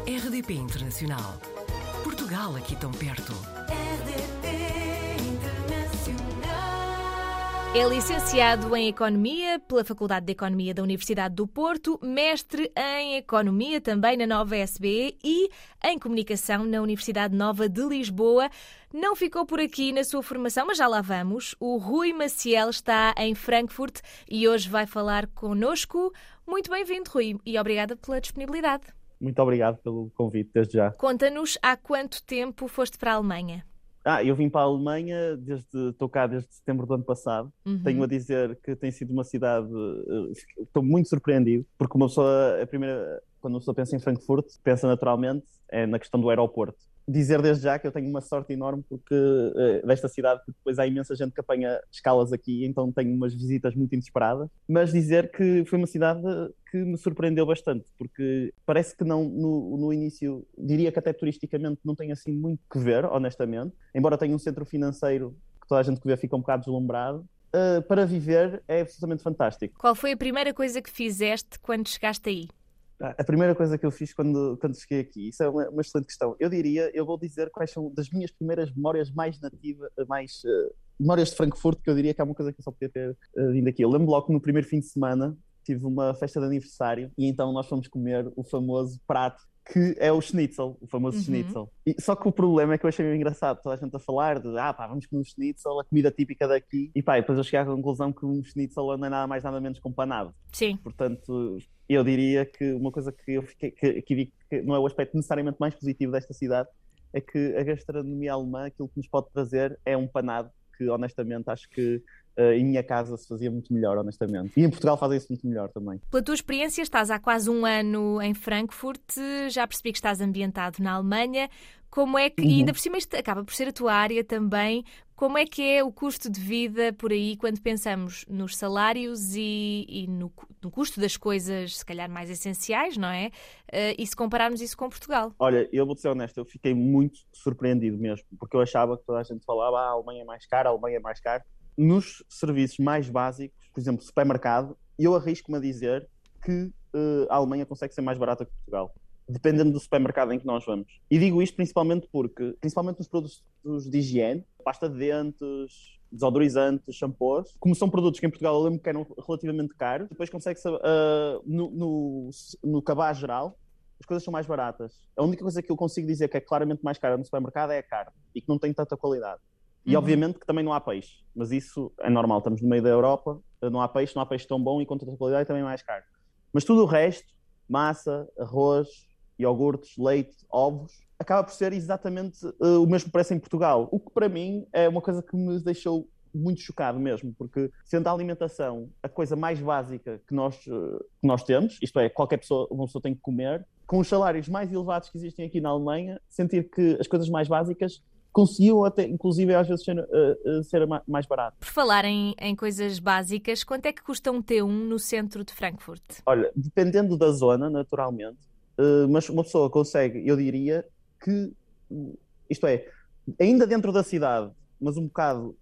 RDP Internacional. Portugal aqui tão perto. RDP Internacional. É licenciado em Economia pela Faculdade de Economia da Universidade do Porto, mestre em Economia também na Nova SBE e em Comunicação na Universidade Nova de Lisboa. Não ficou por aqui na sua formação, mas já lá vamos. O Rui Maciel está em Frankfurt e hoje vai falar connosco. Muito bem-vindo, Rui, e obrigada pela disponibilidade. Muito obrigado pelo convite, desde já. Conta-nos há quanto tempo foste para a Alemanha? Eu vim para a Alemanha, estou cá desde setembro do ano passado. Tenho a dizer que tem sido uma cidade... Estou muito surpreendido, porque quando uma pessoa pensa em Frankfurt, pensa naturalmente na questão do aeroporto. Dizer desde já que eu tenho uma sorte enorme desta cidade, porque depois há imensa gente que apanha escalas aqui, então tenho umas visitas muito inesperadas. Mas dizer que foi uma cidade que me surpreendeu bastante, porque parece que não, no início, diria que até turisticamente não tem assim muito que ver, honestamente. Embora tenha um centro financeiro que toda a gente que vê fica um bocado deslumbrado. Para viver é absolutamente fantástico. Qual foi a primeira coisa que fizeste quando chegaste aí? A primeira coisa que eu fiz quando cheguei aqui, isso é uma excelente questão. Eu vou dizer quais são das minhas primeiras memórias mais nativas, memórias de Frankfurt, que eu diria que é uma coisa que eu só podia ter vindo aqui. Eu lembro logo que no primeiro fim de semana tive uma festa de aniversário e então nós fomos comer o famoso prato que é o schnitzel, o famoso schnitzel. Só que o problema é que eu achei meio engraçado, toda a gente a falar de, vamos comer um schnitzel, a comida típica daqui, e depois eu cheguei à conclusão que um schnitzel não é nada mais nada menos que um panado. Sim. Portanto, eu diria que uma coisa que eu fiquei, que não é o aspecto necessariamente mais positivo desta cidade, é que a gastronomia alemã, aquilo que nos pode trazer é um panado que honestamente acho que em minha casa se fazia muito melhor, honestamente. E em Portugal fazem isso muito melhor também. Pela tua experiência, estás há quase um ano em Frankfurt, já percebi que estás ambientado na Alemanha. Como é que, e ainda por cima isto acaba por ser a tua área também, como é que é o custo de vida por aí quando pensamos nos salários e no custo das coisas, se calhar mais essenciais, não é? E se compararmos isso com Portugal? Olha, eu vou ser honesto, eu fiquei muito surpreendido mesmo, porque eu achava que toda a gente falava, a Alemanha é mais cara, a Alemanha é mais cara. Nos serviços mais básicos, por exemplo, supermercado, eu arrisco-me a dizer que a Alemanha consegue ser mais barata que Portugal, dependendo do supermercado em que nós vamos. E digo isto principalmente nos produtos de higiene, pasta de dentes, desodorizantes, shampoos, como são produtos que em Portugal eu lembro que eram relativamente caros, depois consegue-se, no cabaz geral, as coisas são mais baratas. A única coisa que eu consigo dizer que é claramente mais cara no supermercado é a carne, e que não tem tanta qualidade. E obviamente que também não há peixe, mas isso é normal, estamos no meio da Europa, não há peixe tão bom e com tanta qualidade e também mais caro. Mas tudo o resto, massa, arroz, iogurtes, leite, ovos, acaba por ser exatamente o mesmo preço em Portugal, o que para mim é uma coisa que me deixou muito chocado mesmo, porque sendo a alimentação a coisa mais básica que nós temos, isto é, uma pessoa tem que comer, com os salários mais elevados que existem aqui na Alemanha, sentir que as coisas mais básicas conseguiu até, inclusive, às vezes ser mais barato. Por falar em coisas básicas, quanto é que custa um T1 no centro de Frankfurt? Olha, dependendo da zona, naturalmente, mas uma pessoa consegue, eu diria que, isto é, ainda dentro da cidade, mas um bocado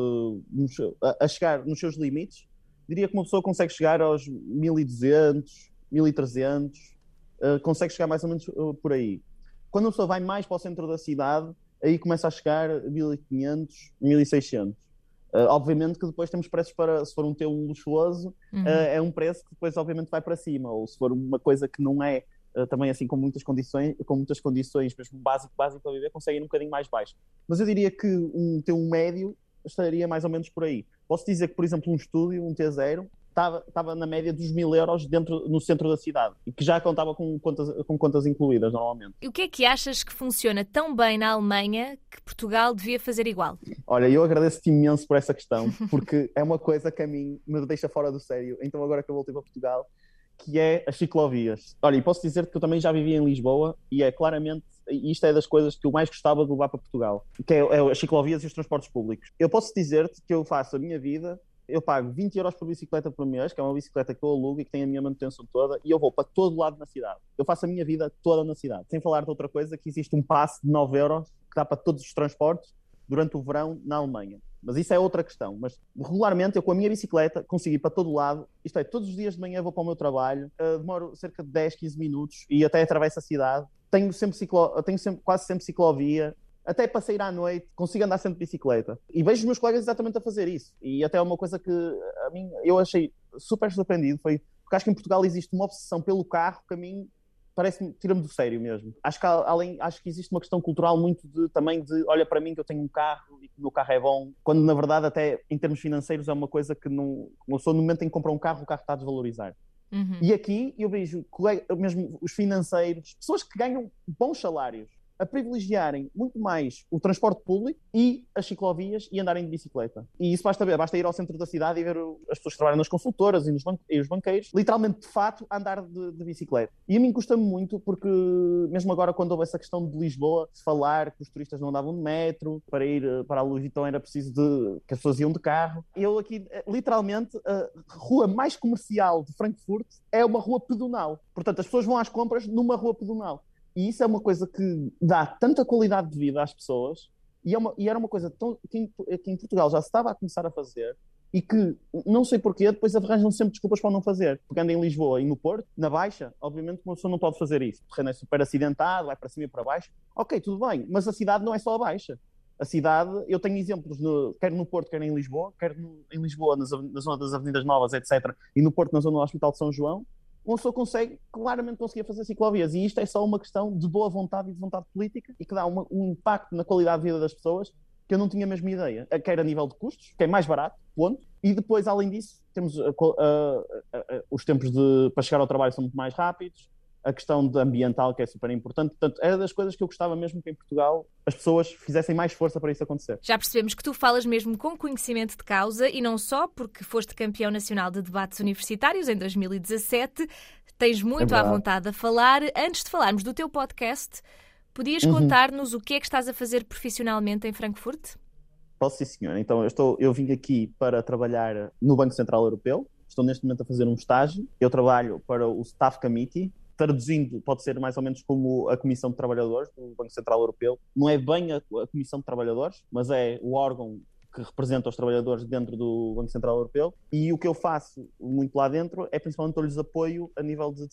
a chegar nos seus limites, diria que uma pessoa consegue chegar aos 1.200, 1.300, consegue chegar mais ou menos por aí. Quando uma pessoa vai mais para o centro da cidade, aí começa a chegar a 1.500, 1.600. Obviamente que depois temos preços para, se for um T1 luxuoso, é um preço que depois obviamente vai para cima, ou se for uma coisa que não é também assim com muitas condições, mesmo básico para viver, consegue ir um bocadinho mais baixo. Mas eu diria que um T1 médio estaria mais ou menos por aí. Posso dizer que, por exemplo, um estúdio, um T0, estava na média dos 1.000 euros no centro da cidade e que já contava com contas incluídas normalmente. E o que é que achas que funciona tão bem na Alemanha que Portugal devia fazer igual? Olha, eu agradeço-te imenso por essa questão, porque é uma coisa que a mim me deixa fora do sério. Então agora que eu voltei para Portugal, que é as ciclovias. Olha, e posso dizer que eu também já vivi em Lisboa e é claramente, isto é das coisas que eu mais gostava de levar para Portugal, que é as ciclovias e os transportes públicos. Eu posso dizer-te que eu faço a minha vida, eu pago 20 euros por bicicleta por mês, que é uma bicicleta que eu alugo e que tem a minha manutenção toda, e eu vou para todo lado na cidade. Eu faço a minha vida toda na cidade. Sem falar de outra coisa, que existe um passe de 9 euros que dá para todos os transportes durante o verão na Alemanha. Mas isso é outra questão. Mas regularmente eu com a minha bicicleta consigo ir para todo lado. Isto é, todos os dias de manhã vou para o meu trabalho, demoro cerca de 10, 15 minutos e até atravesso a cidade tenho quase sempre ciclovia, até para sair à noite, consigo andar sempre de bicicleta. E vejo os meus colegas exatamente a fazer isso. E até uma coisa que a mim eu achei super surpreendido foi porque acho que em Portugal existe uma obsessão pelo carro que a mim parece-me, tira-me do sério mesmo. Acho que existe uma questão cultural muito também de olha para mim que eu tenho um carro e que o meu carro é bom, quando na verdade até em termos financeiros é uma coisa que não, uma pessoa no momento em que compra um carro, o carro está a desvalorizar. E aqui eu vejo mesmo os financeiros, pessoas que ganham bons salários, a privilegiarem muito mais o transporte público e as ciclovias e andarem de bicicleta. E isso basta ir ao centro da cidade e ver as pessoas que trabalham nas consultoras e os banqueiros, literalmente, de fato, a andar de bicicleta. E a mim custa-me muito porque, mesmo agora, quando houve essa questão de Lisboa, de falar que os turistas não andavam de metro, para ir para a Louis Vuitton era preciso que as pessoas iam de carro. Eu aqui, literalmente, a rua mais comercial de Frankfurt é uma rua pedonal. Portanto, as pessoas vão às compras numa rua pedonal. E isso é uma coisa que dá tanta qualidade de vida às pessoas e era uma coisa que em Portugal já se estava a começar a fazer e que, não sei porquê, depois arranjam sempre desculpas para não fazer. Porque anda em Lisboa e no Porto, na Baixa, obviamente uma pessoa não pode fazer isso. O terreno é super acidentado, vai para cima e para baixo. Ok, tudo bem, mas a cidade não é só a Baixa. A cidade, eu tenho exemplos, quer no Porto, quer em Lisboa, em Lisboa, na zona das Avenidas Novas, etc., e no Porto, na zona do Hospital de São João, uma pessoa claramente conseguia fazer ciclovias. E isto é só uma questão de boa vontade e de vontade política e que dá um impacto na qualidade de vida das pessoas que eu não tinha a mesma ideia. Quer a nível de custos, que é mais barato, ponto. E depois, além disso, temos os tempos para chegar ao trabalho são muito mais rápidos. A questão ambiental, que é super importante. Portanto, era das coisas que eu gostava mesmo que em Portugal as pessoas fizessem mais força para isso acontecer. Já percebemos que tu falas mesmo com conhecimento de causa e não só porque foste campeão nacional de debates universitários em 2017. Tens muito à vontade a falar. Antes de falarmos do teu podcast, podias contar-nos o que é que estás a fazer profissionalmente em Frankfurt? Posso, sim, senhor. Então, eu vim aqui para trabalhar no Banco Central Europeu. Estou neste momento a fazer um estágio. Eu trabalho para o Staff Committee. Traduzindo, pode ser mais ou menos como a Comissão de Trabalhadores do Banco Central Europeu. Não é bem a Comissão de Trabalhadores, mas é o órgão que representa os trabalhadores dentro do Banco Central Europeu. E o que eu faço muito lá dentro é principalmente dar-lhes apoio a nível de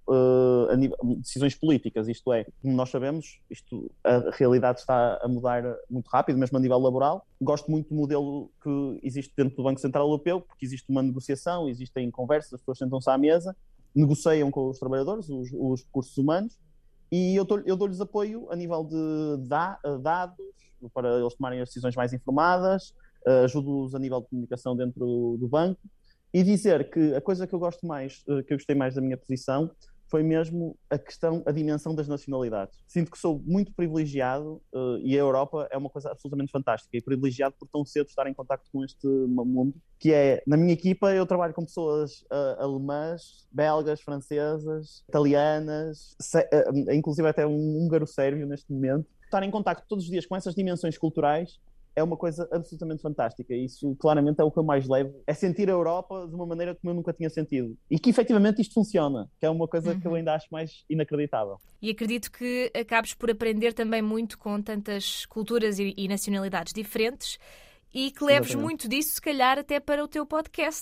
decisões políticas. Isto é, como nós sabemos, a realidade está a mudar muito rápido, mesmo a nível laboral. Gosto muito do modelo que existe dentro do Banco Central Europeu, porque existe uma negociação, existem conversas, as pessoas sentam-se à mesa, negociam com os trabalhadores, os recursos humanos, e eu dou-lhes apoio a nível de dados, para eles tomarem as decisões mais informadas, ajudo-os a nível de comunicação dentro do banco, e dizer que a coisa que eu gostei mais da minha posição foi mesmo a dimensão das nacionalidades. Sinto que sou muito privilegiado e a Europa é uma coisa absolutamente fantástica e privilegiado por tão cedo estar em contacto com este mundo, que é, na minha equipa eu trabalho com pessoas alemãs, belgas, francesas, italianas, inclusive até um húngaro-sérvio neste momento. Estar em contacto todos os dias com essas dimensões culturais é uma coisa absolutamente fantástica. Isso claramente é o que eu mais levo, é sentir a Europa de uma maneira como eu nunca tinha sentido. E que efetivamente isto funciona, que é uma coisa que eu ainda acho mais inacreditável. E acredito que acabes por aprender também muito com tantas culturas e nacionalidades diferentes e que leves muito disso, se calhar, até para o teu podcast.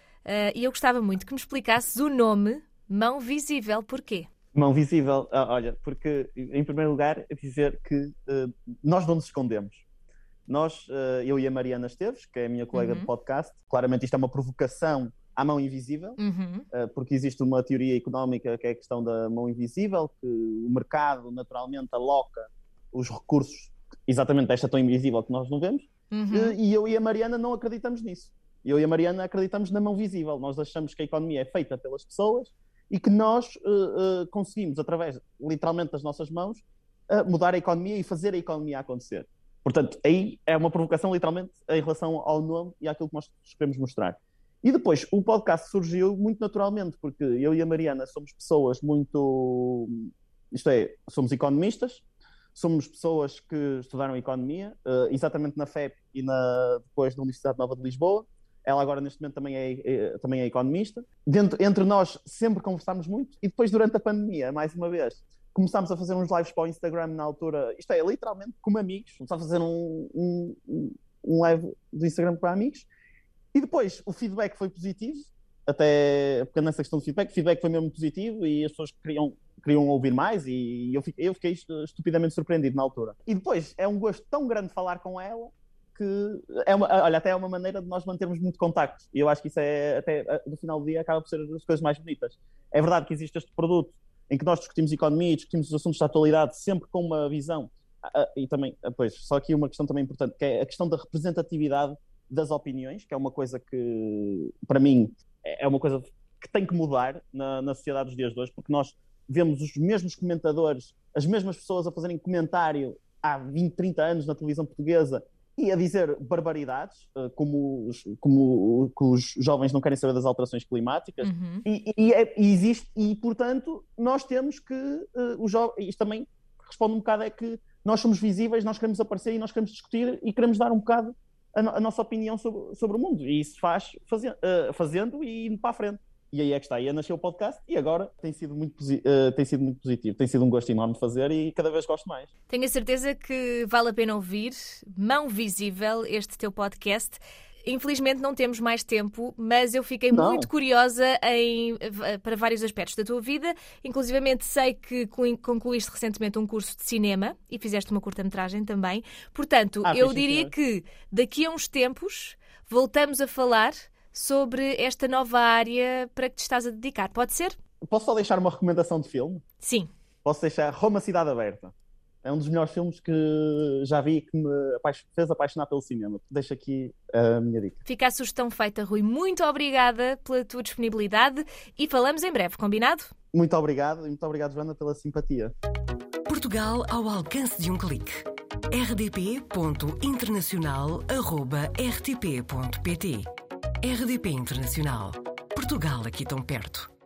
E eu gostava muito que me explicasses o nome Mão Visível. Porquê? Mão Visível, olha, porque em primeiro lugar dizer que nós não nos escondemos. Eu e a Mariana Esteves, que é a minha colega de podcast, claramente isto é uma provocação à mão invisível, porque existe uma teoria económica que é a questão da mão invisível, que o mercado naturalmente aloca os recursos exatamente desta tão invisível que nós não vemos, e eu e a Mariana não acreditamos nisso. Eu e a Mariana acreditamos na mão visível. Nós achamos que a economia é feita pelas pessoas e que nós conseguimos, através literalmente das nossas mãos, mudar a economia e fazer a economia acontecer. Portanto, aí é uma provocação literalmente em relação ao nome e àquilo que nós queremos mostrar. E depois, o podcast surgiu muito naturalmente, porque eu e a Mariana somos pessoas muito... somos economistas, somos pessoas que estudaram economia, exatamente na FEP e depois na Universidade Nova de Lisboa. Ela agora, neste momento, também é economista. Entre nós, sempre conversámos muito. E depois, durante a pandemia, mais uma vez, começámos a fazer uns lives para o Instagram na altura. Isto é, literalmente, como amigos. Começámos a fazer um live do Instagram para amigos. E depois, o feedback foi positivo. até porque nessa questão de feedback, o feedback foi mesmo positivo e as pessoas queriam ouvir mais e eu fiquei estupidamente surpreendido na altura. E depois, é um gosto tão grande falar com ela que até é uma maneira de nós mantermos muito contacto. E eu acho que isso até no final do dia, acaba por ser as coisas mais bonitas. É verdade que existe este produto em que nós discutimos economia, discutimos os assuntos da atualidade, sempre com uma visão. E também, pois, só aqui uma questão também importante, que é a questão da representatividade das opiniões, que é uma coisa que, para mim, é uma coisa que tem que mudar na sociedade dos dias de hoje, porque nós vemos os mesmos comentadores, as mesmas pessoas a fazerem comentário há 20, 30 anos na televisão portuguesa e a dizer barbaridades, como os jovens não querem saber das alterações climáticas, existe, e portanto nós temos que, isto também responde um bocado, é que nós somos visíveis, nós queremos aparecer e nós queremos discutir e queremos dar um bocado a nossa opinião sobre o mundo, e isso faz fazendo e indo para a frente. E aí é que está, aí nasceu o podcast e agora tem sido muito positivo, tem sido um gosto enorme de fazer e cada vez gosto mais. Tenho a certeza que vale a pena ouvir, Mão Visível, este teu podcast. Infelizmente não temos mais tempo, mas eu fiquei muito curiosa para vários aspectos da tua vida. Inclusivamente sei que concluíste recentemente um curso de cinema e fizeste uma curta-metragem também. Portanto, eu diria que daqui a uns tempos voltamos a falar sobre esta nova área para que te estás a dedicar. Pode ser? Posso só deixar uma recomendação de filme? Sim. Posso deixar Roma Cidade Aberta. É um dos melhores filmes que já vi, que me fez apaixonar pelo cinema. Deixo aqui a minha dica. Fica a sugestão feita, Rui. Muito obrigada pela tua disponibilidade e falamos em breve, combinado? Muito obrigado, Joana, pela simpatia. Portugal ao alcance de um clique. rdp.internacional@rtp.pt. RDP Internacional. Portugal aqui tão perto.